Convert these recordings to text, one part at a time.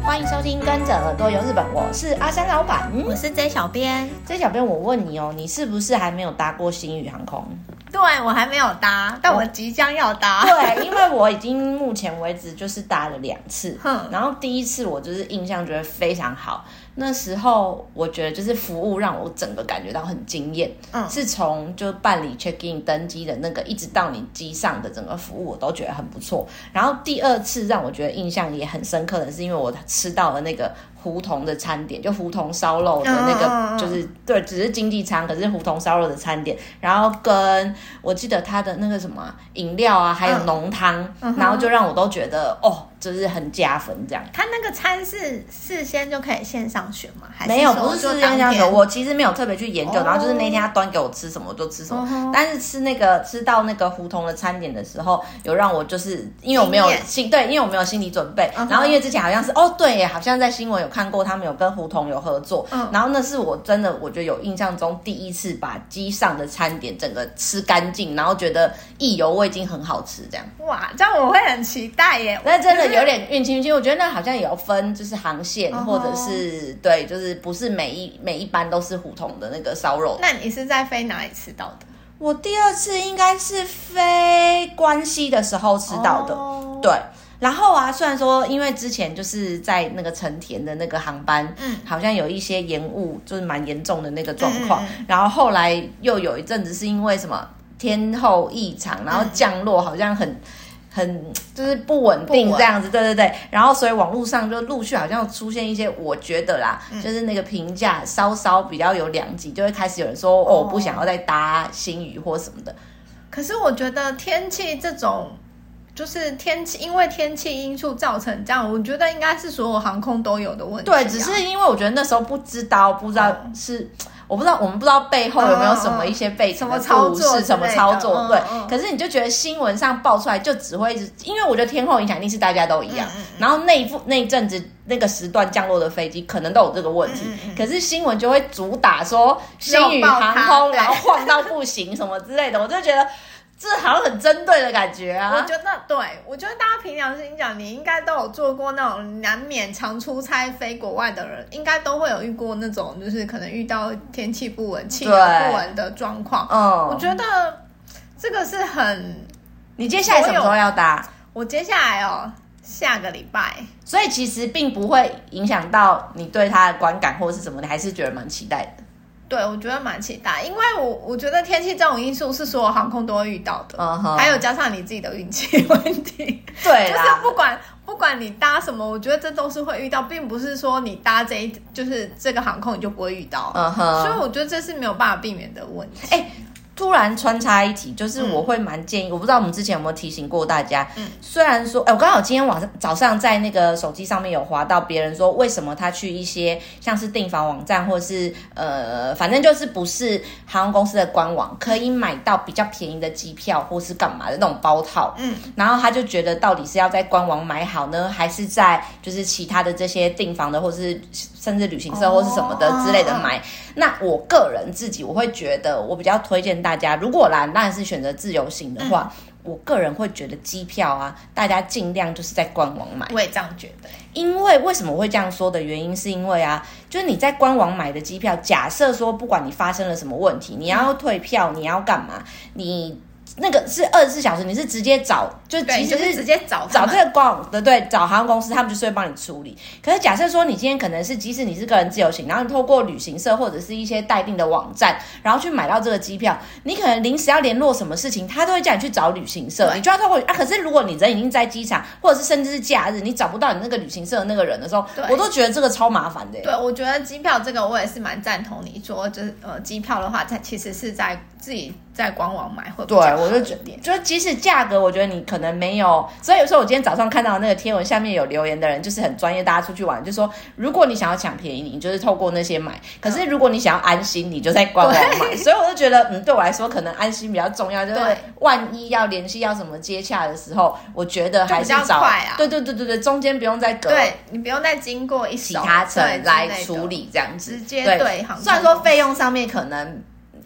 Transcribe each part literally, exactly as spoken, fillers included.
欢迎收听跟着耳朵游日本，我是阿山老板， 我是 J 小编。 J 小编，我问你哦，你是不是还没有搭过星宇航空？ 对，我还没有搭，但我即将要搭。 对，因为我已经目前为止就是搭了两次，然后第一次我就是印象觉得非常好，那时候我觉得就是服务让我整个感觉到很惊艳，嗯，是从就办理 check in 登机的那个一直到你机上的整个服务我都觉得很不错。然后第二次让我觉得印象也很深刻的是因为我吃到了那个胡同的餐点，就胡同烧肉的那个，就是、嗯、对，只是经济舱，可是胡同烧肉的餐点，然后跟我记得它的那个什么饮料啊，还有浓汤、嗯，然后就让我都觉得哦，就是很加分这样。 它那个餐是事先就可以线上选吗？还是没有，不是事先上选。我其实没有特别去研究、哦，然后就是那天他端给我吃什么我就吃什么、嗯，但是吃那个吃到那个胡同的餐点的时候，有让我就是因为我没有心对，因为我没有心理准备，嗯、然后因为之前好像是哦对耶，好像在新闻有看过他们有跟胡同有合作、嗯，然后那是我真的我觉得有印象中第一次把机上的餐点整个吃干净，然后觉得意犹未尽，很好吃这样。 哇，这样我会很期待耶。 那真的有点运气运气，我觉得那好像也有分，就是航线、哦、或者是对，就是不是每一每一班都是胡同的那个烧肉。 那你是在飞哪里吃到的？ 我第二次应该是飞关西的时候吃到的，哦、对。然后啊，虽然说因为之前就是在那个成田的那个航班，嗯，好像有一些延误，就是蛮严重的那个状况、嗯嗯。然后后来又有一阵子是因为什么天候异常，然后降落好像很很就是不稳定这样子，对对对。然后所以网络上就陆续好像出现一些，我觉得啦，嗯、就是那个评价稍稍比较有两极，就会开始有人说哦，我不想要再搭星宇或什么的。 可是我觉得天气这种。就是天气，因为天气因素造成这样，我觉得应该是所有航空都有的问题、啊。 对，只是因为我觉得那时候不知道，不知道是、嗯、我不知道，我们不知道背后有没有什么一些背景的故事，什么操作，嗯、对、嗯。可是你就觉得新闻上爆出来，就只会一直，因为我觉得天候影响力是大家都一样。嗯、然后那一那一阵子那个时段降落的飞机可能都有这个问题，嗯、可是新闻就会主打说星宇航空然后晃到不行什么之类的，我就觉得。这好像很针对的感觉啊！ 我觉得对，我觉得大家凭良心讲，你应该都有做过那种难免常出差飞国外的人，应该都会有遇过那种，就是可能遇到天气不稳、气流不稳的状况。嗯，我觉得这个是很…… 你接下来什么时候要搭？ 我接下来哦，下个礼拜。 所以其实并不会影响到你对它的观感或者是什么，你还是觉得蛮期待的。 对，我觉得蛮期待，因为我我觉得天气这种因素是所有航空都会遇到的， uh-huh. 还有加上你自己的运气问题。 对啦， 就是不管不管你搭什么，我觉得这都是会遇到，并不是说你搭这一就是这个航空你就不会遇到， uh-huh. 所以我觉得这是没有办法避免的问题。哎、欸。 突然穿插一题，就是我会蛮建议、嗯，我不知道我们之前有没有提醒过大家。嗯，虽然说，哎，我刚好今天晚上早上在那个手机上面有滑到别人说，为什么他去一些像是订房网站，或是呃，反正就是不是航空公司的官网，可以买到比较便宜的机票，或是干嘛的那种包套。嗯，然后他就觉得到底是要在官网买好呢，还是在就是其他的这些订房的，或是甚至旅行社或是什么的之类的买。哦、那我个人自己，我会觉得我比较推荐大家。大家如果啦，当然是选择自由行的话、嗯，我个人会觉得机票啊，大家尽量就是在官网买。 我也这样觉得， 因为为什么我会这样说的原因，是因为啊，就是你在官网买的机票，假设说不管你发生了什么问题，你要退票，你要干嘛，你。那个是二十四小时，你是直接找，就即使 是, 是直接找找这个官网的，对，找航空公司，他们就是会帮你处理。可是假设说你今天可能是，即使你是个人自由行，然后你透过旅行社或者是一些待定的网站，然后去买到这个机票，你可能临时要联络什么事情，他都会叫你去找旅行社，你就要透过啊。可是如果你人已经在机场，或者是甚至是假日，你找不到你那个旅行社的那个人的时候，我都觉得这个超麻烦的。 对，我觉得机票这个我也是蛮赞同你说，就是呃，机票的话，它其实是在自己在官网买会比较好一点。对，我就觉得， 就即使价格，我觉得你可能没有，所以有时候我今天早上看到那个贴文下面有留言的人，就是很专业，大家出去玩就说，如果你想要抢便宜，你就是透过那些买；可是如果你想要安心，你就在官网买。所以我就觉得，嗯，对我来说，可能安心比较重要，就是万一要联系要什么接洽的时候，我觉得还是找， 快啊、 对对对对对，中间不用再隔， 对你不用再经过一其他层来处理这样子， 直接对航。 虽然说费用上面可能。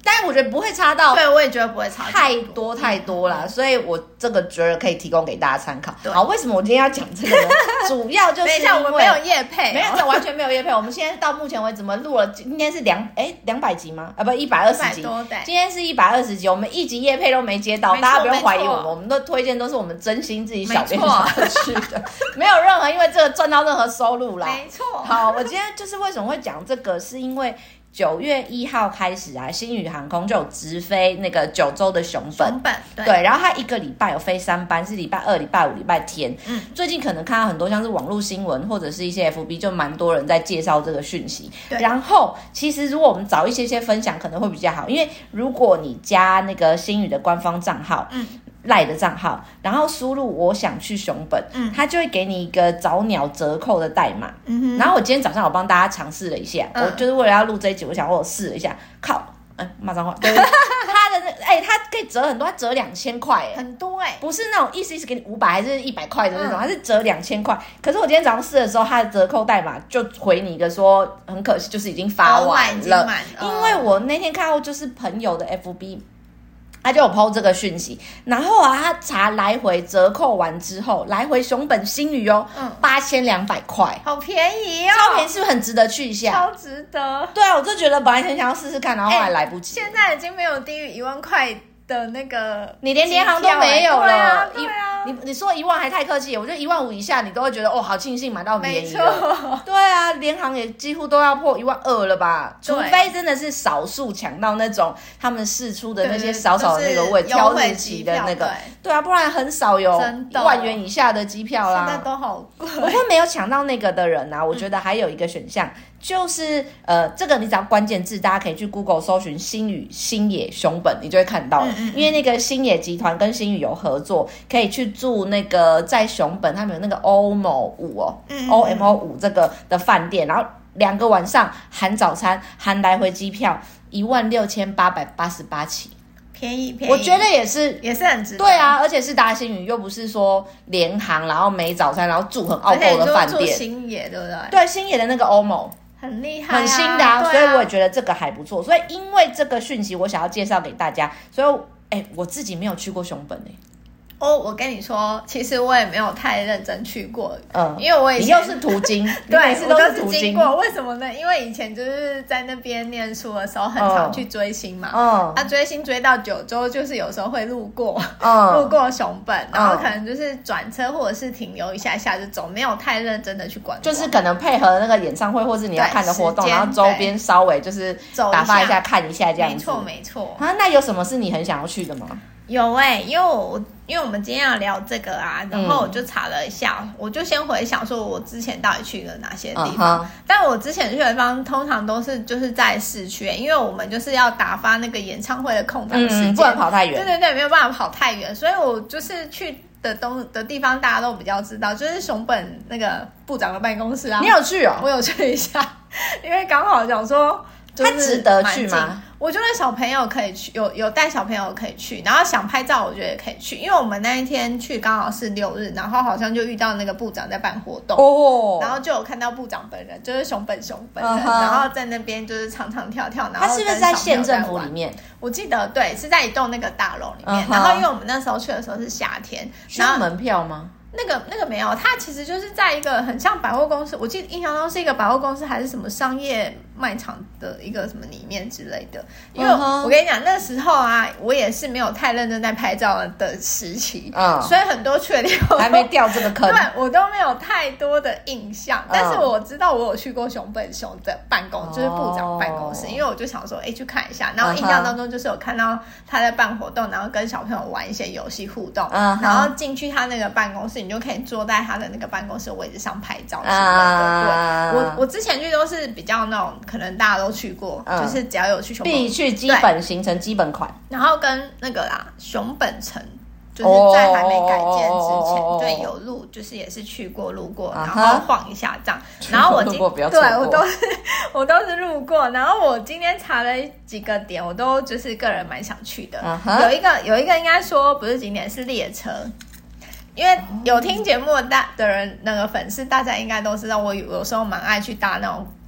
但我觉得不会差到， 对我也觉得不会差太多太多啦，嗯、所以我这个觉得可以提供给大家参考。好，为什么我今天要讲这个呢？主要就是因为我们没有业配、哦， 没有，完全没有业配。我们现在到目前为止，我们录了今天是两哎两百集吗？啊，不，一百二十集。今天是一百二十集，我们一集业配都没接到，大家不用怀疑我们，我们的推荐都是我们真心自己小编想去的，没有任何因为这个赚到任何收入啦。 没错。 好，我今天就是为什么会讲这个，是因为。九月一号开始啊，星宇航空就有直飞那个九州的熊本， 熊本 对, 对，然后它一个礼拜有飞三班，是礼拜二、礼拜五、礼拜天。嗯，最近可能看到很多像是网络新闻或者是一些 F B， 就蛮多人在介绍这个讯息。对，然后其实如果我们找一些些分享，可能会比较好，因为如果你加那个星宇的官方账号，嗯。赖的账号，然后输入我想去熊本，嗯，他就会给你一个早鸟折扣的代码，嗯哼，然后我今天早上我帮大家尝试了一下，嗯、我就是为了要录这一集，我想我试了一下，靠，哎，骂脏话，对，他的那，哎，他可以折很多，他折两千块，哎， 很多哎、欸， 不是那种意思意思给你五百还是一百块的那种，他、嗯、是折两千块。可是我今天早上试的时候，他的折扣代码就回你一个说，很可惜，就是已经发完了，哦、因为我那天看到就是朋友的 F B。他就有 po 这个讯息，然后啊，他查来回折扣完之后，来回熊本星宇哦，嗯，八千两百块， 好便宜哦， 超便宜，是不是很值得去一下？ 超值得。对啊，我就觉得本来很想要试试看，然后后来来不及、 欸。现在已经没有低于一万块的那个， 你连联航都没有了。 对啊，对啊。 你你说一万还太客气，我觉得一万五以下你都会觉得哦，好庆幸买到便宜了。对啊，联航也几乎都要破一万二了吧？除非真的是少数抢到那种他们释出的那些少少的那个位、就是、挑日期的那个，对啊，不然很少有一万元以下的机票啦。 现在都好贵。 我会没有抢到那个的人啊，我觉得还有一个选项。嗯就是呃，这个你只要关键字，大家可以去 Google 搜寻星宇星野熊本，你就会看到了。嗯嗯嗯，因为那个星野集团跟星宇有合作，可以去住那个在熊本，他们有那个 O M O 五哦，嗯嗯 O M O 五这个的饭店，然后两个晚上含早餐含来回机票，一万六千八百八十八起。 便宜便宜， 我觉得也是， 也是很值得。 对啊，而且是搭星宇，又不是说联航，然后没早餐，然后住很傲购的饭店。 住星野，对不对？ 对，星野的那个 O M O。 很厉害、啊， 很新的啊，啊所以我也觉得这个还不错。所以因为这个讯息，我想要介绍给大家。所以，哎、欸，我自己没有去过熊本哎、欸。 哦，我跟你说，其实我也没有太认真去过，嗯，因为我以前你又是途经， 对， 每次都是途经过。为什么呢？因为以前就是在那边念书的时候，很常去追星嘛，嗯，啊，追星追到九州，就是有时候会路过，嗯，路过熊本，然后可能就是转车或者是停留一下下就走，没有太认真的去观光， 就是可能配合那个演唱会或是你要看的活动，然后周边稍微就是打发一下、看一下这样子。 没错，没错。 啊，那有什么是你很想要去的吗？ 有哎、欸，因为我因为我们今天要聊这个啊，然后我就查了一下，嗯、我就先回想说我之前到底去了哪些地方。Uh-huh. 但我之前去的地方通常都是就是在市区、欸，因为我们就是要打发那个演唱会的空档时间、嗯， 不能跑太远。 对对对，没有办法跑太远，所以我就是去的东的地方大家都比较知道，就是熊本那个部长的办公室啊。 你有去哦？ 我有去一下，因为刚好想说。 他值得去吗？ 我觉得小朋友可以去，有有带小朋友可以去，然后想拍照，我觉得也可以去，因为我们那一天去刚好是六日，然后好像就遇到那个部长在办活动哦，然后就有看到部长本人，就是熊本熊本人， uh-huh. 然后在那边就是唱唱跳跳，然后他是不是在县政府里面？ 我记得对，是在一栋那个大楼里面， uh-huh. 然后因为我们那时候去的时候是夏天， 需要门票吗？ 那个那个没有，它其实就是在一个很像百货公司，我记得印象中是一个百货公司还是什么商业卖场的一个什么里面之类的。因为我跟你讲，那时候啊，我也是没有太认真在拍照的时期，嗯，所以很多去的地方还没掉这个坑， 对我都没有太多的印象。嗯、但是我知道我有去过熊本熊的办公，哦、就是部长办公室，因为我就想说，哎，去看一下。然后印象当中就是有看到他在办活动，然后跟小朋友玩一些游戏互动，嗯、然后进去他那个办公室。你就可以坐在他的那个办公室的位置上拍照之类的。啊、对，我我之前去都是比较那种，可能大家都去过，嗯、就是只要有去熊本必去基本行程基本款， 然后跟那个啦熊本城，就是在还没改建之前，哦、对，有路就是也是去过路过，然后晃一下这样。然后我今对我都是我都是路过，然后我今天查了几个点，我都就是个人蛮想去的。啊、有一个有一个应该说不是景点，是列车。因为有听节目的大的人，那个粉丝大家应该都知道，我有有时候蛮爱去搭那种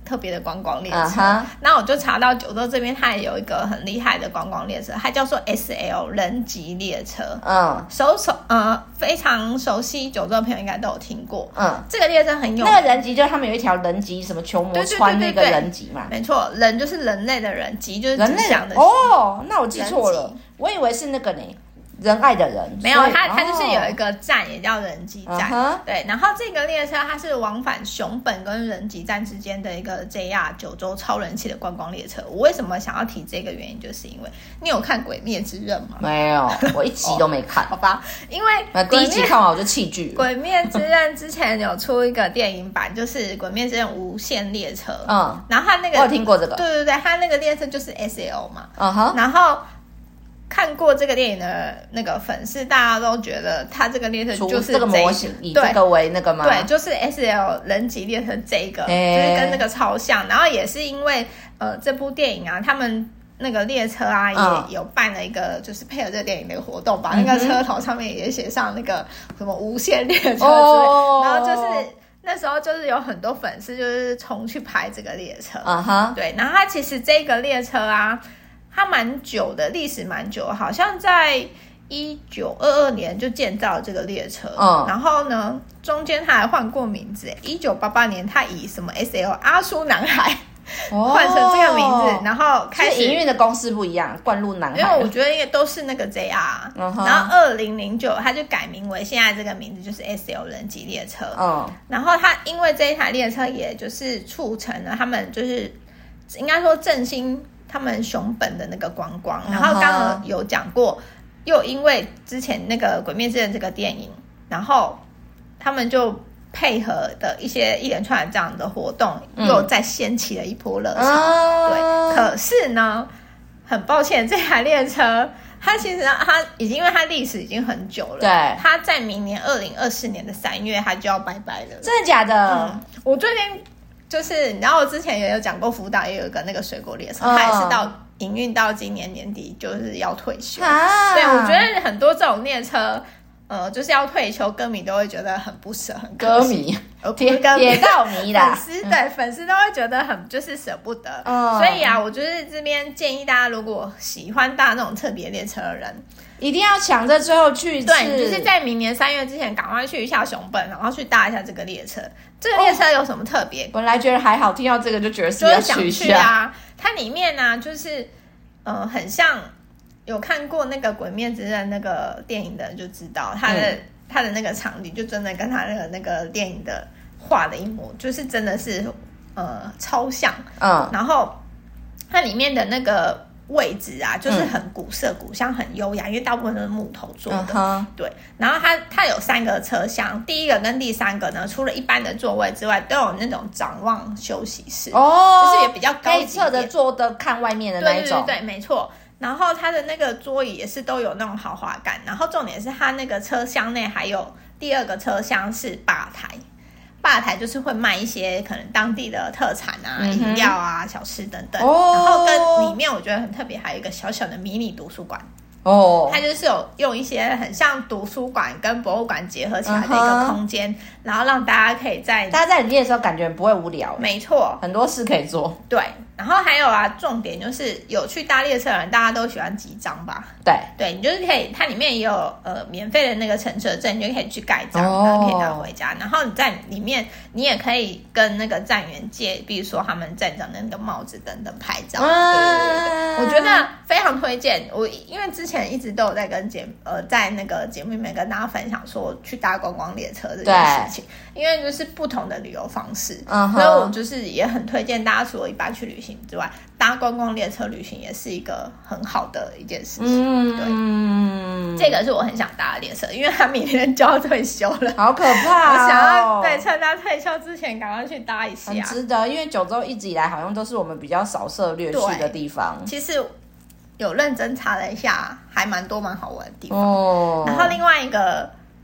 特别的观光列车。 Uh-huh. 那我就查到九州这边它也有一个很厉害的观光列车，它叫做 S L 人吉列车。 嗯， 熟熟呃非常熟悉九州的朋友应该都有听过。嗯，这个列车很有名。 那个人吉就是他们有一条人吉，什么球魔川那个人吉嘛。 没错，人就是人类的人，吉就是吉祥的吉。 哦，那我记错了，我以为是那个呢。仁爱的人没有，它它就是有一个站也叫仁吉站。Uh-huh. 对，然后这个列车它是往返熊本跟仁吉站之间的一个 J R 九州超人气的观光列车。我为什么想要提这个原因，就是因为你有看《鬼灭之刃》吗？ 没有，我一集都没看。 哦、好吧，因为第一集看完我就弃剧。 《鬼灭之刃》之前有出一个电影版，就是《鬼灭之刃无限列车》。嗯，然后它那个我有听过这个。 对对对，它那个列车就是 S L 嘛。 嗯哼， 然后。看过这个电影的那个粉丝，大家都觉得他这个列车就是这个模型，以这个为那个吗？ 对，就是 S L 人吉列车这个，欸、就是跟那个超像。然后也是因为呃这部电影啊，他们那个列车啊也有办了一个，就是配合这个电影的一个活动，把、嗯、那个车头上面也写上那个什么无限列车之类，哦、然后就是那时候就是有很多粉丝就是冲去拍这个列车。嗯哼，对，然后它其实这个列车啊。它蛮久的，历史蛮久，好像在一九二二年就建造这个列车。嗯，然后呢，中间它还换过名字。一九八八年，它以什么 S L 阿苏男孩换成这个名字，哦、然后开始营运的公司不一样，灌入男孩。 因为我觉得也都是那个 J R，、嗯、然后二零零九它就改名为现在这个名字，就是 S L 人吉列车。嗯，然后它因为这一台列车，也就是促成了他们就是应该说振兴。他们熊本的那个观光，然后刚刚有讲过，又因为之前那个《鬼灭之刃》这个电影，然后他们就配合的一些一连串的这样的活动，嗯、又再掀起了一波热潮。啊、对，可是呢，很抱歉，这台列车它其实它已经因为它历史已经很久了， 对， 它在明年二零二四年的三月它就要拜拜了。 真的假的？ 嗯、我最近。就是你知道我之前也有讲过福岛也有一个那个水果列车、哦、它也是到营运到今年年底就是要退休、啊、对，我觉得很多这种列车呃，就是要退休，歌迷都会觉得很不舍，很歌迷铁铁道迷啦， 粉丝对粉丝都会觉得很就是舍不得、哦、所以啊，我就是这边建议大家，如果喜欢搭那种特别列车的人， 一定要抢着最后去一次， 对，就是在明年三月之前赶快去一下熊本，然后去搭一下这个列车。这个列车有什么特别、哦？ 本来觉得还好，听到这个就觉得是要去一下。 就是想去啊，它里面呢、啊，就是呃，很像有看过那个《鬼灭之刃》那个电影的人就知道，它的、嗯、它的那个场景就真的跟它那个那个电影的画的一模，就是真的是呃超像。嗯，然后它里面的那个。位置啊，就是很古色古香，很优雅，因为大部分都是木头做的。Uh-huh. 对，然后它它有三个车厢，第一个跟第三个呢，除了一般的座位之外，都有那种展望休息室，哦、oh, 就是也比较高级， 侧的坐的看外面的那一种。 对对对对，没错。然后它的那个桌椅也是都有那种豪华感，然后重点是它那个车厢内还有第二个车厢是吧台。吧台就是会卖一些可能当地的特产啊、饮、嗯、料啊、小吃等等、哦，然后跟里面我觉得很特别，还有一个小小的迷你图书馆。哦，它就是有用一些很像图书馆跟博物馆结合起来的一个空间，嗯、然后让大家可以在大家在里面的时候感觉不会无聊。 没错， 很多事可以做。 对。然后还有啊，重点就是有去搭列车的人，大家都喜欢集章吧？ 对， 对你就是可以，它里面也有呃免费的那个乘车证，你就可以去盖章，哦、然后可以拿回家。然后你在里面，你也可以跟那个站员借，比如说他们站长的那个帽子等等拍照。啊、对对对，我觉得非常推荐。我因为之前一直都有在跟节呃在那个节目里面跟大家分享说去搭观光列车这件事情，因为就是不同的旅游方式，嗯、所以我就是也很推荐大家除了一般去旅行之外，搭观光列车旅行也是一个很好的一件事情。嗯，对，这个是我很想搭的列车，因为他明天就要退休了， 好可怕、哦！ 我想要对趁他退休之前赶快去搭一下， 很值得。因为九州一直以来好像都是我们比较少涉猎去的地方。 其实有认真查了一下，还蛮多蛮好玩的地方。哦，然后另外一个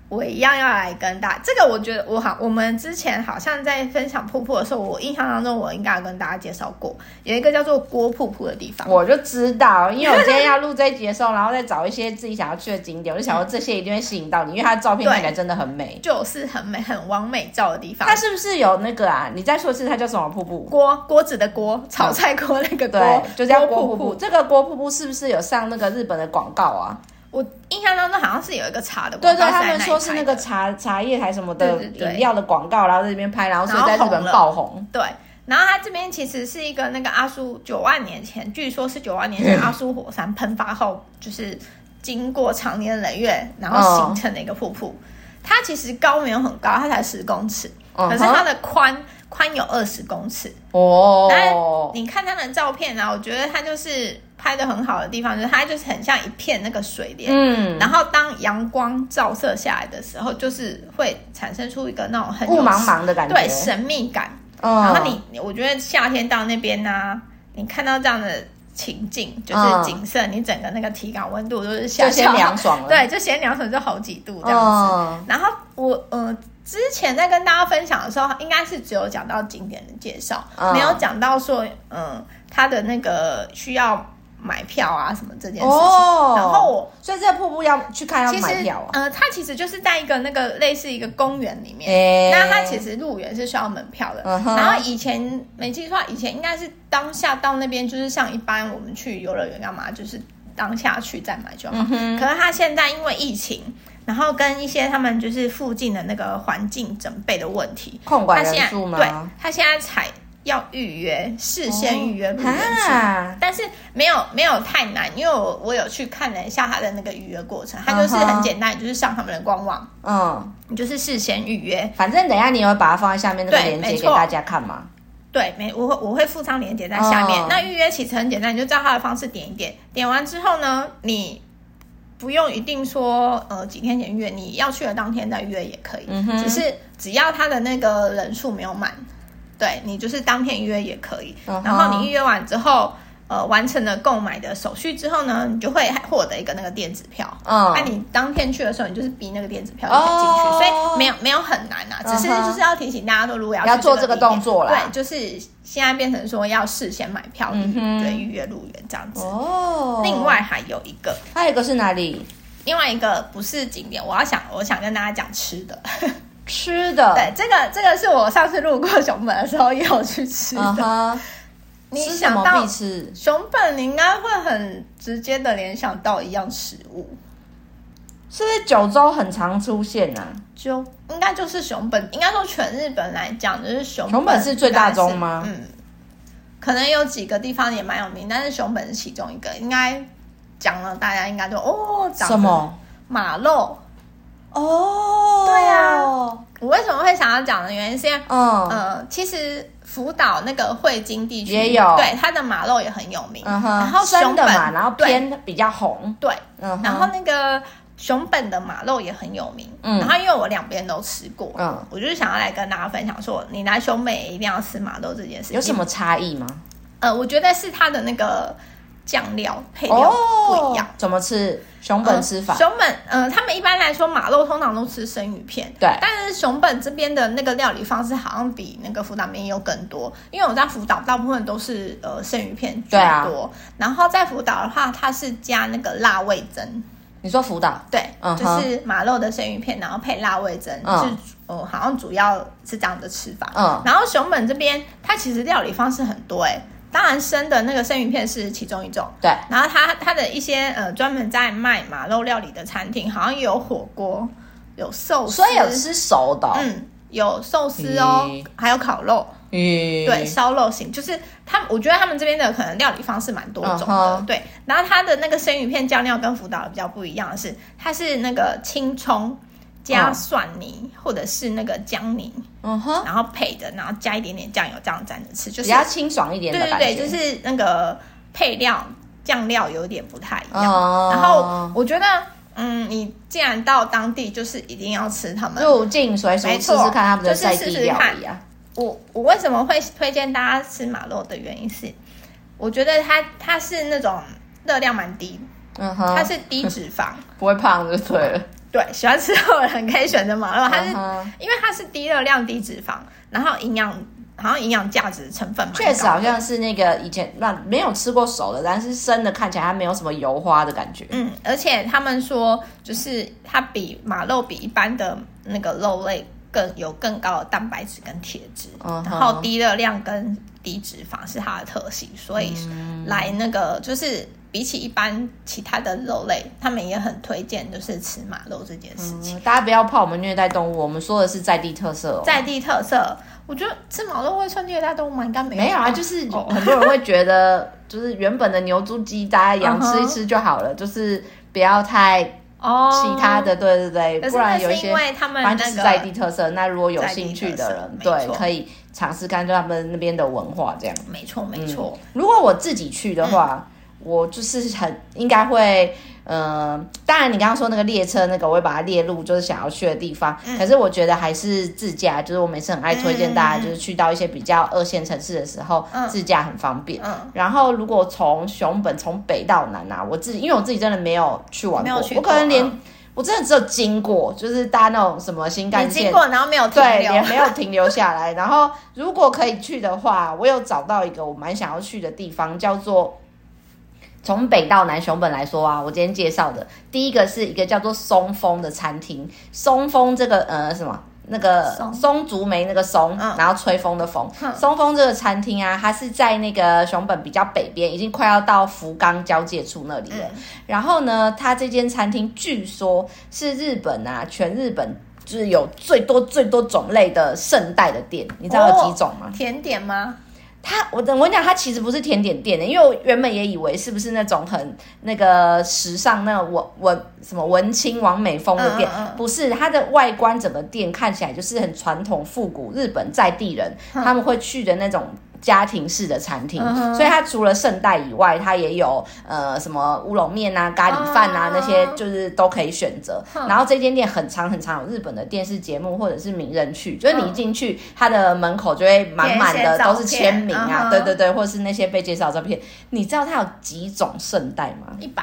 我一样要来跟大家，这个我觉得我好，我们之前好像在分享瀑布的时候，我印象当中我应该有跟大家介绍过，有一个叫做郭瀑布的地方。 我就知道，因为我今天要录这一集的时候，然后再找一些自己想要去的景点，我就想说这些一定会吸引到你，因为它的照片看起来真的很美， 就是很美、很完美照的地方。 它是不是有那个啊？你再说一次，它叫什么瀑布？ 锅锅子的锅，炒菜锅那个锅， 对，就叫郭瀑布。 布。这个郭瀑布是不是有上那个日本的广告啊？ 我印象当中好像是有一个茶的广告， 对对，他们说是那个茶茶叶还什么的饮料的广告，然后在这边拍，然后所以在日本爆红。 对，然后它这边其实是一个那个阿苏九万年前，据说是九万年前阿苏火山喷发后，就是经过长年累月，然后形成的一个瀑布。嗯、它其实高没有很高，它才十公尺，嗯、可是它的宽宽有二十公尺。哦，但你看它的照片啊，我觉得它就是拍的很好的地方，就是它就是很像一片那个水帘，嗯，然后当阳光照射下来的时候，就是会产生出一个那种很雾茫茫的感觉， 对，神秘感。嗯、然后你，我觉得夏天到那边呢、啊，你看到这样的情境，就是景色，嗯、你整个那个体感温度都是下就先凉爽了， 对，就先凉爽就好几度这样子。嗯、然后我呃。之前在跟大家分享的时候，应该是只有讲到景点的介绍，嗯、没有讲到说，嗯，它的那个需要买票啊什么这件事情。哦、然后我， 所以这个瀑布要去看要买票啊。 呃，它其实就是在一个那个类似一个公园里面，欸、那它其实入园是需要门票的。嗯、然后以前没记错，以前应该是当下到那边就是像一般我们去游乐园干嘛，就是当下去再买就好。嗯、可是它现在因为疫情。然后跟一些他们就是附近的那个环境整备的问题， 控管人数吗？ 对，他现在才要预约，事先预约入园制，哦、但是没有没有太难，因为我我有去看了一下他的那个预约过程，它就是很简单，就是上他们的官网，嗯，你就是事先预约， 反正等一下你也会把它放在下面那个链接给大家看嘛。 对，没我会我会附上链接在下面。哦、那预约其实很简单，你就照他的方式点一点，点完之后呢，你。不用一定说呃几天前约，你要去的当天再约也可以，嗯、只是只要他的那个人数没有满，对你就是当天约也可以。嗯、然后你预约完之后，呃完成了购买的手续之后呢，你就会获得一个那个电子票。嗯，那、啊、你当天去的时候，你就是逼那个电子票就可以进去，哦、所以没有没有很难啊，只是就是要提醒大家说，如果要去要做这个动作啦， 对，就是现在变成说要事先买票，嗯、对，预约入园这样子。哦，另外还有一个， 还有一个是哪里？ 另外一个不是景点，我要想，我想跟大家讲吃的。 吃的， 对，这个这个是我上次路过熊本的时候也有去吃的。Uh-huh, 你想到必吃熊本，你应该会很直接的联想到一样食物， 是不是九州很常出现啊？ 就应该就是熊本，应该说全日本来讲，就是熊本。 熊本是最大宗吗？ 嗯，可能有几个地方也蛮有名，但是熊本是其中一个，应该讲了大家应该就哦， 什么马肉。 哦， 对呀、啊，我为什么会想要讲的原因是因为，嗯呃，其实福岛那个汇金地区也有， 对，它的马肉也很有名。 嗯哼， 然后熊本嘛，然后偏比较红， 对，嗯，然后那个熊本的马肉也很有名。嗯，然后因为我两边都吃过，嗯，我就是想要来跟大家分享说，你来熊本也一定要吃马肉这件事情。 有什么差异吗？ 呃，我觉得是它的那个酱料配料不一样。 哦、怎么吃？熊本吃法？ 呃、熊本，呃，他们一般来说马肉通常都吃生鱼片， 对。 但是熊本这边的那个料理方式好像比那个福岛那边有更多，因为我在福岛大部分都是呃生鱼片居多，啊、然后在福岛的话，它是加那个辣味噌。 你说福岛？ 对，嗯、就是马肉的生鱼片，然后配辣味噌，嗯、是呃好像主要是这样的吃法。嗯，然后熊本这边它其实料理方式很多哎、欸。当然生的那个生鱼片是其中一种， 对。 然后它它的一些呃专门在卖马肉料理的餐厅，好像有火锅，有寿司， 所以有吃熟的、哦， 嗯，有寿司哦，嗯、还有烤肉，嗯，对，烧肉型，就是他们，我觉得他们这边的可能料理方式蛮多种的， uh-huh. 对。然后它的那个生鱼片酱料跟福岛的比较不一样的是，它是那个青葱加蒜泥、嗯、或者是那个姜泥，嗯哼，然后配的，然后加一点点酱油这样蘸着吃，就是比较清爽一点的感觉。 对对对，就是那个配料酱料有点不太一样。哦、然后我觉得，嗯，你既然到当地，就是一定要吃他们入境随俗，试试看他们的在地料理啊。 我我为什么会推荐大家吃马肉的原因是，我觉得它它是那种热量蛮低，嗯哼，它是低脂肪， 不会胖就对了。 对，喜欢吃肉的人可以选择马肉，它是、uh-huh. 因为它是低热量低脂肪，然后营养好像营养价值成分蛮高的， 确实好像是那个以前那没有吃过熟的，但是生的看起来它没有什么油花的感觉。 嗯，而且他们说就是它比马肉比一般的那个肉类更有更高的蛋白质跟铁质， uh-huh. 然后低热量跟低脂肪是它的特性，所以来那个就是比起一般其他的肉类，他们也很推荐就是吃马肉这件事情。 嗯、大家不要怕我们虐待动物，我们说的是在地特色、哦。 在地特色，我觉得吃马肉会算虐待动物吗？应该没有。 没有啊，就是很多人会觉得，就是原本的牛猪鸡大家养吃一吃就好了， uh-huh. 就是不要太其他的， oh, 对对对，不然有一些反正就是在地特色。那如果有兴趣的人，对，可以尝试看就他们那边的文化这样。 没错没错、嗯。 如果我自己去的话。嗯，我就是很应该会，嗯、呃，当然你刚刚说那个列车那个，我会把它列入就是想要去的地方。嗯、可是我觉得还是自驾，就是我每次很爱推荐大家，就是去到一些比较二线城市的时候，嗯、自驾很方便。嗯。然后如果从熊本从北到南啊，我自己因为我自己真的没有去玩 过, 过，我可能连、嗯、我真的只有经过，就是搭那种什么新干线， 你经过然后没有停留， 对，也没有停留下来。然后如果可以去的话，我有找到一个我蛮想要去的地方，叫做。从北到南熊本来说啊，我今天介绍的第一个是一个叫做松风的餐厅。松风这个呃什么那个松竹梅那个松、嗯、然后吹风的风、嗯、松风这个餐厅啊，它是在那个熊本比较北边，已经快要到福冈交界处那里了、嗯、然后呢它这间餐厅据说是日本啊全日本就是有最多最多种类的圣代的店，你知道有几种吗？ 哦、甜点吗？ 它我我跟你讲，它其实不是甜点店的，因为我原本也以为是不是那种很那个时尚那种文文什么文青完美风的店，嗯嗯嗯不是，它的外观整个店看起来就是很传统复古日本在地人、嗯、他们会去的那种家庭式的餐厅、嗯，所以它除了圣代以外，它也有呃什么乌龙面啊、咖喱饭啊、嗯、那些就是都可以选择、嗯。然后这间店很常很常有日本的电视节目或者是名人去，就是你一进去，它的门口就会满满的都是签名啊，嗯、对对对，或者是那些被介绍的照片。你知道它有几种圣代吗？ 一百，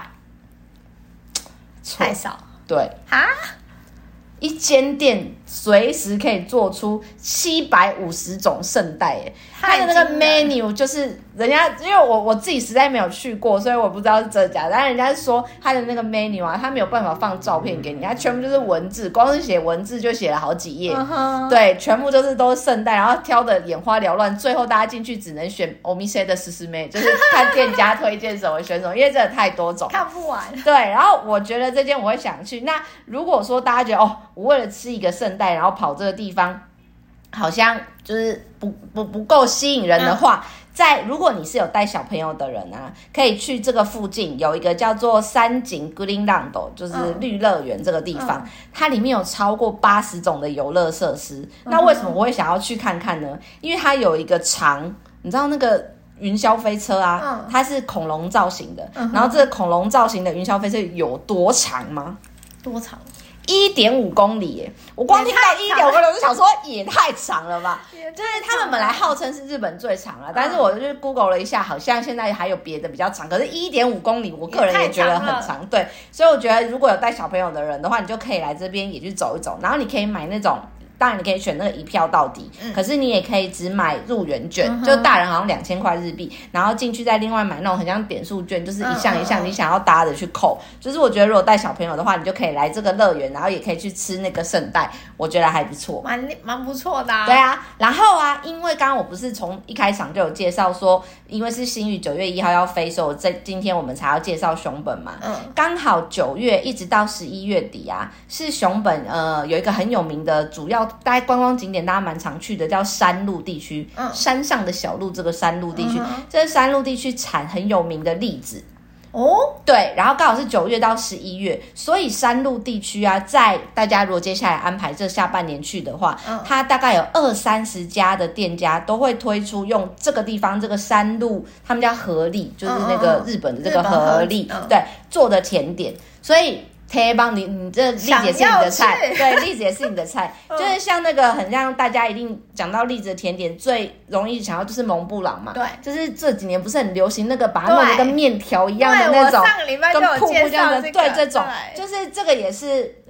太少。 对哈。 一间店随时可以做出七百五十种圣代耶，它的那个 menu 就是人家，因为我我自己实在没有去过，所以我不知道是真的假的。但是人家是说它的那个 menu 啊，它没有办法放照片给你，它全部就是文字，光是写文字就写了好几页。Uh-huh. 对，全部就是都是圣代，然后挑的眼花缭乱，最后大家进去只能选 omise 的思思妹，就是看店家推荐什么选什么，因为真的太多种， 看不完。 对，然后我觉得这间我会想去。那如果说大家觉得哦，我为了吃一个圣代，然后跑这个地方，好像就是不不不够吸引人的话，嗯、在如果你是有带小朋友的人啊，可以去这个附近有一个叫做山景 Greenland， 就是绿乐园这个地方、嗯，它里面有超过八十种的游乐设施、嗯。那为什么我会想要去看看呢？因为它有一个长，你知道那个云霄飞车啊、嗯，它是恐龙造型的、嗯，然后这个恐龙造型的云霄飞车有多长吗？ 多长？ 一点五公里耶！我光听到一点五公里，我就想说也太长了吧。就是他们本来号称是日本最长了、嗯，但是我就是 Google 了一下，好像现在还有别的比较长。可是一点五公里，我个人也觉得很长。对，所以我觉得如果有带小朋友的人的话，你就可以来这边也去走一走，然后你可以买那种。当然你可以选那个一票到底、嗯、可是你也可以只买入园券、嗯、就大人好像两千块日币，然后进去再另外买那种很像点数券，就是一项一项你想要搭的去扣、嗯、就是我觉得如果带小朋友的话，你就可以来这个乐园，然后也可以去吃那个圣代，我觉得还不错， 蛮蛮不错的、啊、 对啊。然后啊，因为刚刚我不是从一开场就有介绍说，因为是新宇九月一号要飞，所以我在今天我们才要介绍熊本嘛，嗯，刚好九月一直到十一月底啊，是熊本呃有一个很有名的主要大概观光景点，大家蛮常去的，叫山路地区、嗯、山上的小路，这个山路地区、嗯、这个山路地区产很有名的栗子哦，对，然后刚好是九月到十一月，所以山路地区啊，在大家如果接下来安排这下半年去的话、嗯、它大概有二三十家的店家都会推出用这个地方这个山路，他们叫和栗，就是那个日本的这个和栗、嗯、对做的甜点，所以可以帮你，你这栗子也是你的菜，对，栗子也是你的菜，就是像那个很像大家一定讲到栗子的甜点，最容易想到就是蒙布朗嘛，对，就是这几年不是很流行那个把它弄得跟面条一样的那种， 我上个礼拜就有介绍这个， 对，这种就是这个也是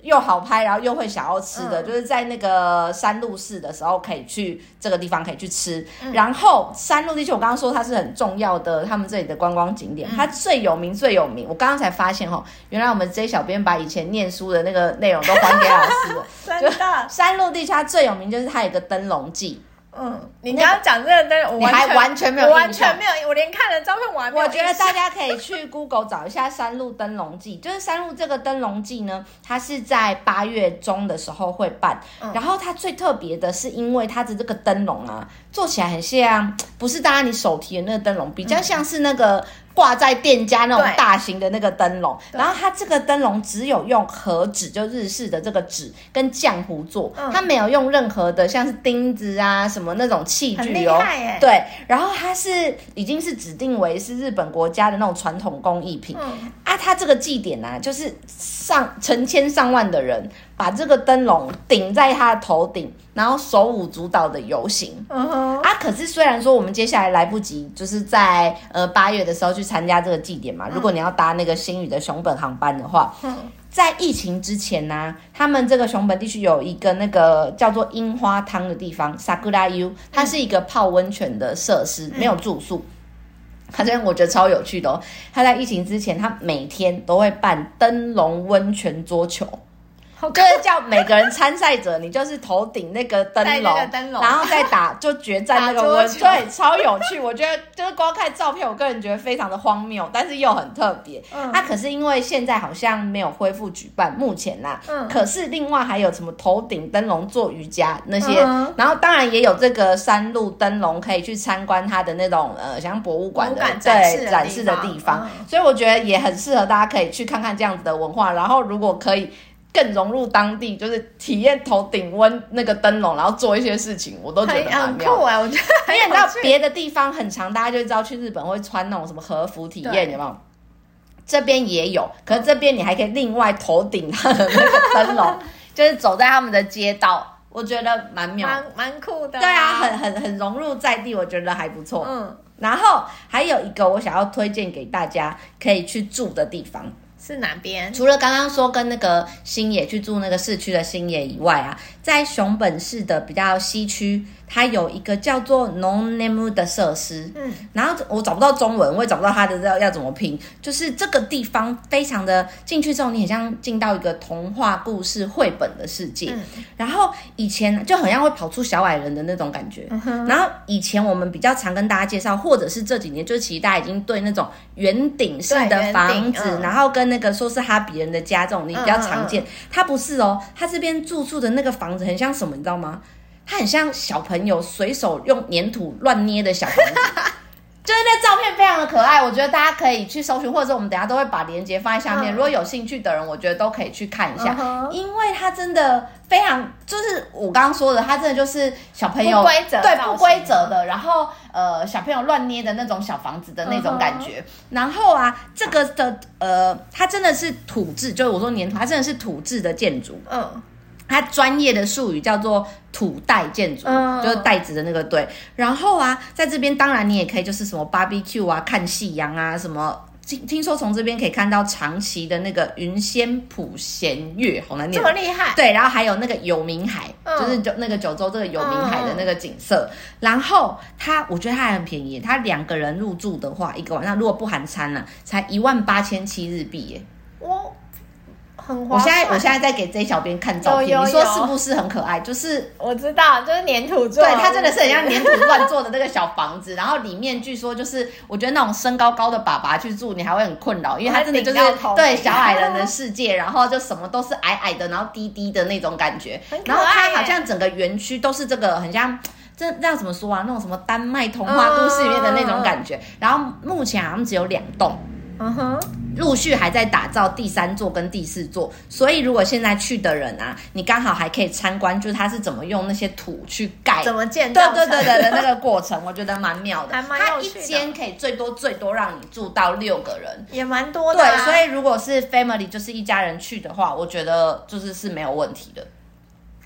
又好拍，然后又会想要吃的， 嗯、 就是在那个山路市的时候可以去这个地方可以去吃。嗯、然后山路地区，我刚刚说它是很重要的，他们这里的观光景点，嗯、它最有名最有名。我刚刚才发现哈，原来我们 J 小编把以前念书的那个内容都还给老师了。 真的， 山路地区它最有名就是它有一个灯笼季。 嗯，你刚刚讲这个灯，我你还完全没有印象， 我完全没有，我连看了照片我还没有印象。 我觉得大家可以去 Google 找一下山路灯笼季，就是山路这个灯笼季呢，它是在八月中的时候会办，嗯、然后它最特别的是因为它的这个灯笼啊，做起来很像，不是大家你手提的那个灯笼，比较像是那个。挂在店家那种大型的那个灯笼，然后它这个灯笼只有用和纸，就日式的这个纸跟浆糊做，嗯、它没有用任何的像是钉子啊什么那种器具哦。对，然后它是已经是指定为是日本国家的那种传统工艺品、嗯、啊。它这个祭典啊，就是上成千上万的人把这个灯笼顶在他的头顶，然后手舞足蹈的游行。嗯哼啊，可是虽然说我们接下来来不及，就是在呃八月的时候去参加这个祭典嘛。如果你要搭那个星宇的熊本航班的话，嗯、在疫情之前呢、啊，他们这个熊本地区有一个那个叫做樱花汤的地方 ，Sakura U， 它是一个泡温泉的设施，没有住宿。他这样我觉得超有趣的哦。他在疫情之前，他每天都会办灯笼温泉桌球。就是叫每个人参赛者，你就是头顶那个灯笼，然后再打就决战那个温，对，超有趣。我觉得就是光看照片，我个人觉得非常的荒谬，但是又很特别。嗯，那、啊、可是因为现在好像没有恢复举办，目前啦，嗯，可是另外还有什么头顶灯笼做瑜伽那些，嗯、然后当然也有这个山路灯笼可以去参观它的那种呃像博物馆的对展示的地方，嗯、所以我觉得也很适合大家可以去看看这样子的文化，然后如果可以。更融入当地，就是体验头顶温那个灯笼，然后做一些事情，我都觉得蛮妙的。很酷哎，我觉得。因为你知道别的地方很常，大家就知道去日本会穿那种什么和服体验，有没有？这边也有，可是这边你还可以另外头顶它的那个灯笼，就是走在他们的街道，我觉得蛮妙， 蛮蛮酷的、啊。 对啊，很很很融入在地，我觉得还不错。嗯，然后还有一个我想要推荐给大家可以去住的地方。 是哪边？ 除了刚刚说跟那个星野去住那个市区的星野以外啊，在熊本市的比较西区，它有一个叫做 Nonemu 的设施。嗯，然后我找不到中文，我也找不到它的要要怎么拼。就是这个地方非常的进去之后，你很像进到一个童话故事绘本的世界。嗯，然后以前就很像会跑出小矮人的那种感觉。嗯、然后以前我们比较常跟大家介绍，或者是这几年，就其实大家已经对那种圆顶式的房子，嗯、然后跟那个说是哈比人的家这种你比较常见，嗯嗯嗯它不是哦，它这边住宿的那个房子很像什么，你知道吗？它很像小朋友随手用粘土乱捏的小房子，就是那照片非常的可爱，我觉得大家可以去搜寻，或者是我们等一下都会把链接放在下面，嗯、如果有兴趣的人，我觉得都可以去看一下，嗯、因为它真的非常，就是我刚刚说的，它真的就是小朋友不规则对不规则的，然后呃小朋友乱捏的那种小房子的那种感觉，嗯、然后啊这个的呃它真的是土质，就是我说粘土，它真的是土质的建筑，嗯。它专业的术语叫做土袋建筑，嗯、就是袋子的那个对。然后啊，在这边当然你也可以就是什么 barbecue 啊、看夕阳啊什么。听听说从这边可以看到长崎的那个云仙浦弦月，好难念， 这么厉害。 对，然后还有那个有明海，嗯、就是九那个九州这个有明海的那个景色。嗯、然后它，我觉得它还很便宜，它两个人入住的话，一个晚上如果不含餐啊，才一万八千七日币耶。 我。很我现在我现在在给 J 小编看照片，你说是不是很可爱？就是我知道，就是粘土做， 对，它真的是很像粘土乱做的那个小房子，然后里面据说就是我觉得那种身高高的爸爸去住，你还会很困扰，因为它真的就是对小矮人的世界，然后就什么都是矮矮的，然后低低的那种感觉，然后它好像整个园区都是这个很像。这这样怎么说啊？那种什么丹麦童话故事里面的那种感觉。嗯、然后目前好像只有两栋。嗯哼，陆续还在打造第三座跟第四座，所以如果现在去的人啊，你刚好还可以参观，就是他是怎么用那些土去盖， 怎么建造， 对对对对的那个过程，我觉得蛮妙的。 还蛮有趣的。 它一间可以最多最多让你住到六个人， 也蛮多的、啊。 对，所以如果是 family 就是一家人去的话，我觉得就是是没有问题的。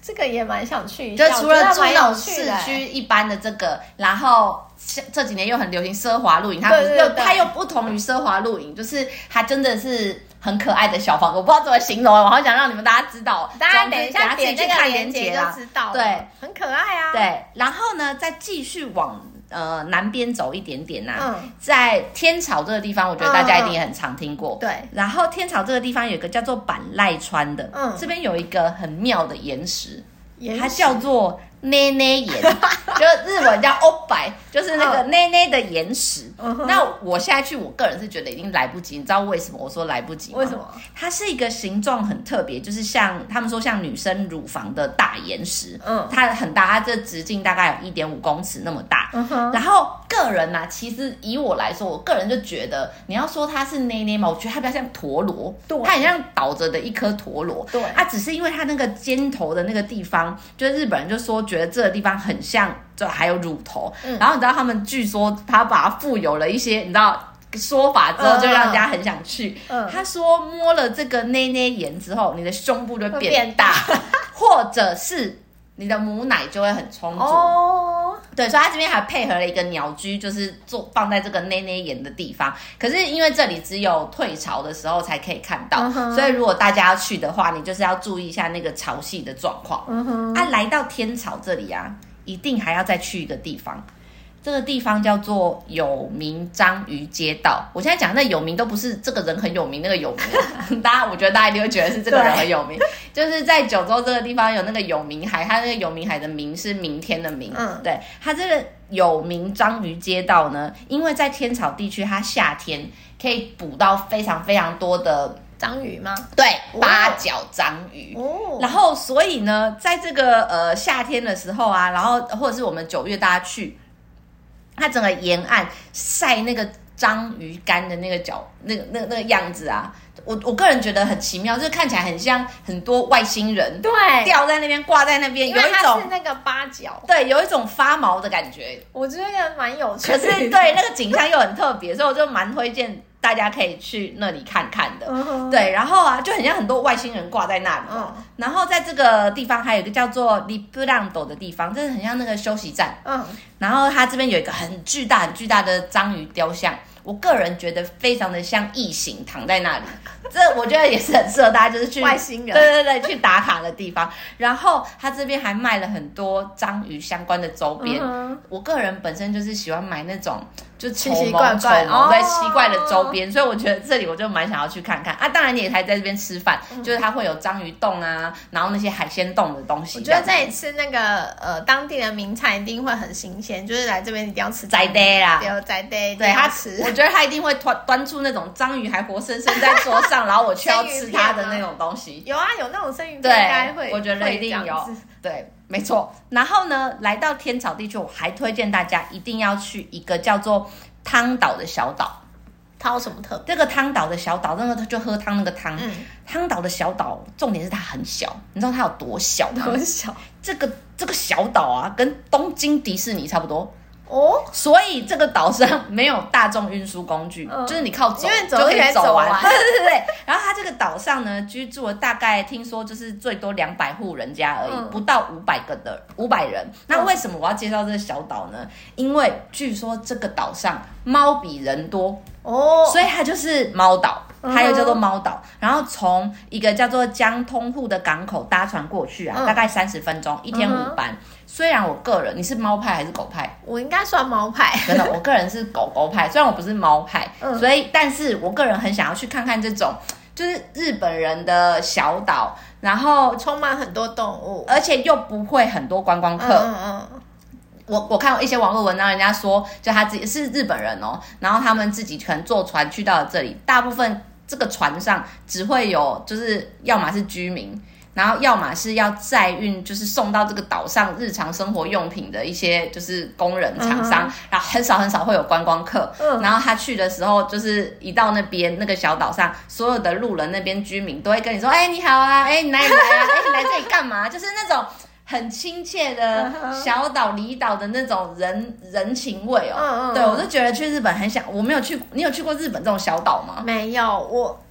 这个也蛮想去一下， 就除了住那种市市区一般的这个，然后这几年又很流行奢华露营，它又它又不同于奢华露营，就是它真的是很可爱的小房子，我不知道怎么形容，我好想让你们大家知道， 大家等一下点那个链接就知道了， 对， 很可爱啊。 对，然后呢，再继续往呃南边走一点点呐、啊嗯，在天草这个地方，我觉得大家一定也很常听过。 对、 嗯，然后天草这个地方有一个叫做板赖川的，嗯，这边有一个很妙的岩石，岩石它叫做内内岩，就日文叫欧白，就是那个内内的岩石。嗯、那我现在去，我个人是觉得已经来不及。你知道为什么我说来不及吗？ 为什么？ 它是一个形状很特别，就是像他们说像女生乳房的大岩石。嗯，它很大，它这直径大概有一点五公尺那么大。嗯哼。然后个人呢、啊，其实以我来说，我个人就觉得，你要说它是内内嘛，我觉得它比较像陀螺，对，它很像倒着的一颗陀螺。对，啊，只是因为它那个尖头的那个地方，就是日本人就说觉得这个地方很像，就还有乳头。嗯、然后你知道他们据说他把它富有了一些，你知道说法之后，就让人家很想去。嗯、他说摸了这个内内岩之后，你的胸部就变大，或者是你的母奶就会很充足。哦，对，所以他这边还配合了一个鸟居，就是做放在这个内内岩的地方。可是因为这里只有退潮的时候才可以看到，嗯、所以如果大家要去的话，你就是要注意一下那个潮汐的状况。嗯哼，啊，来到天草这里啊，一定还要再去一个地方。这个地方叫做有名章鱼街道。我现在讲那有名都不是这个人很有名那个有名，大家我觉得大家一定会觉得是这个人很有名。就是在九州这个地方有那个有名海，它那个有名海的名是明天的明。嗯，对，它这个有名章鱼街道呢，因为在天草地区，它夏天可以捕到非常非常多的章鱼吗？ 对，八角章鱼。哦，然后所以呢，在这个呃夏天的时候啊，然后或者是我们九月大家去。它整个沿岸晒那个章鱼干的那个角，那个那个那个样子啊，我我个人觉得很奇妙，就是看起来很像很多外星人， 对， 吊在那边挂在那边， 因为它是那个八角， 对，有一种发毛的感觉， 我觉得蛮有趣的。 可是对那个景象又很特别，所以我就蛮推荐大家可以去那里看看的。Uh-huh. 对，然后啊，就很像很多外星人挂在那里。Uh-huh. 然后在这个地方还有一个叫做里布朗斗的地方，真的很像那个休息站。嗯、uh-huh. 然后它这边有一个很巨大、很巨大的章鱼雕像，我个人觉得非常的像异形躺在那里。这我觉得也是很适合大家，就是去外星人， 对对对，去打卡的地方。然后它这边还卖了很多章鱼相关的周边。Uh-huh. 我个人本身就是喜欢买那种。就奇奇怪怪、哦、对奇怪的周边，所以我觉得这里我就蛮想要去看看啊。当然你也还在这边吃饭、嗯，就是它会有章鱼冻啊，然后那些海鲜冻的东西。 我觉得这里吃那个呃当地的名产一定会很新鲜，就是来这边一定要吃在地啦， 有在地， 对他吃。我觉得他一定会端端出那种章鱼还活生生在桌上，然后我却要吃它的那种东西。 有啊，有那种生鱼片，应该会， 我觉得一定有。对。没错，然后呢，来到天草地区，我还推荐大家一定要去一个叫做汤岛的小岛。 它有什么特别？ 这个汤岛的小岛，那个就喝汤那个汤。嗯，汤岛的小岛，重点是它很小，你知道它有多小吗？ 多小？ 这个这个小岛啊，跟东京迪士尼差不多。哦，所以这个岛上没有大众运输工具，嗯、就是你靠走就可以走完。对对对。然后它这个岛上呢，居住了大概听说就是最多两百户人家而已，嗯、不到五百个的五百人。那为什么我要介绍这个小岛呢？因为据说这个岛上猫比人多哦，所以它就是猫岛。它又叫做猫岛，然后从一个叫做江通户的港口搭船过去啊，嗯、大概三十分钟，一天五班。嗯、虽然我个人，你是猫派还是狗派？ 我应该算猫派， 真的，我个人是狗狗派。虽然我不是猫派，嗯、所以，但是我个人很想要去看看这种，就是日本人的小岛，然后充满很多动物， 而且又不会很多观光客。嗯嗯。我我看过一些网络文章，人家说就他自己是日本人哦，然后他们自己可能坐船去到了这里，大部分这个船上只会有就是要么是居民，然后要么是要载运，就是送到这个岛上日常生活用品的一些就是工人厂商，嗯、然后很少很少会有观光客。嗯、然后他去的时候，就是一到那边那个小岛上，所有的路人那边居民都会跟你说：“哎，你好啊，哎，你哪里来啊？哎，你来这里干嘛？”就是那种。很亲切的小岛离岛的那种人人情味哦，嗯嗯对我就觉得去日本很想，我没有去，你有去过日本这种小岛吗？ 没有，我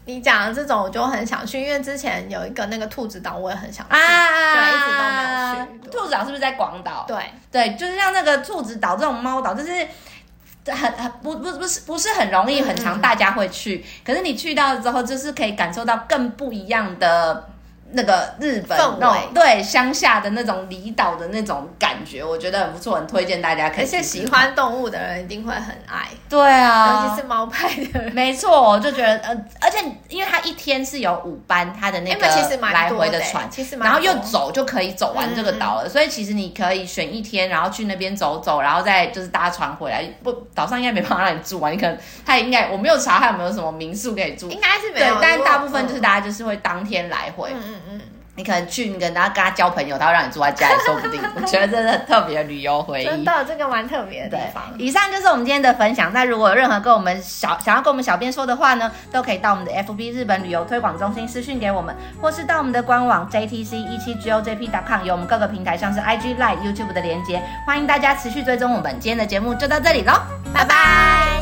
你讲的这种我就很想去，因为之前有一个那个兔子岛我也很想去啊， 对，一直都没有去。 兔子岛是不是在广岛？ 对对，就是像那个兔子岛这种猫岛，就是很很不不不是不是很容易很常大家会去，嗯、可是你去到之后，就是可以感受到更不一样的。那个日本那种对乡下的那种离岛的那种感觉，我觉得很不错，很推荐大家可以。 而且喜欢动物的人一定会很爱。 对啊， 尤其是猫派的人。 没错，我就觉得呃，而且因为它一天是有五班它的那个来回的船， 其实然后又走就可以走完这个岛了，嗯嗯所以其实你可以选一天，然后去那边走走，然后再就是搭船回来。不，岛上应该没办法让你住啊，你可能它应该我没有查它有没有什么民宿可以住， 应该是没有。 对，但大部分就是大家就是会当天来回。嗯嗯嗯。你可能去，你跟他跟他交朋友，他会让你住在家里，说不定。我觉得真的很特别的旅游回忆， 真的，这个蛮特别的地方。 以上就是我们今天的分享。那如果有任何跟我们小想要跟我们小编说的话呢，都可以到我们的 F B 日本旅游推广中心私讯给我们，或是到我们的官网 J T C 一七 G O J P 点 com 有我们各个平台像是 I G、Line、YouTube 的连结，欢迎大家持续追踪我们。今天的节目就到这里咯，拜拜。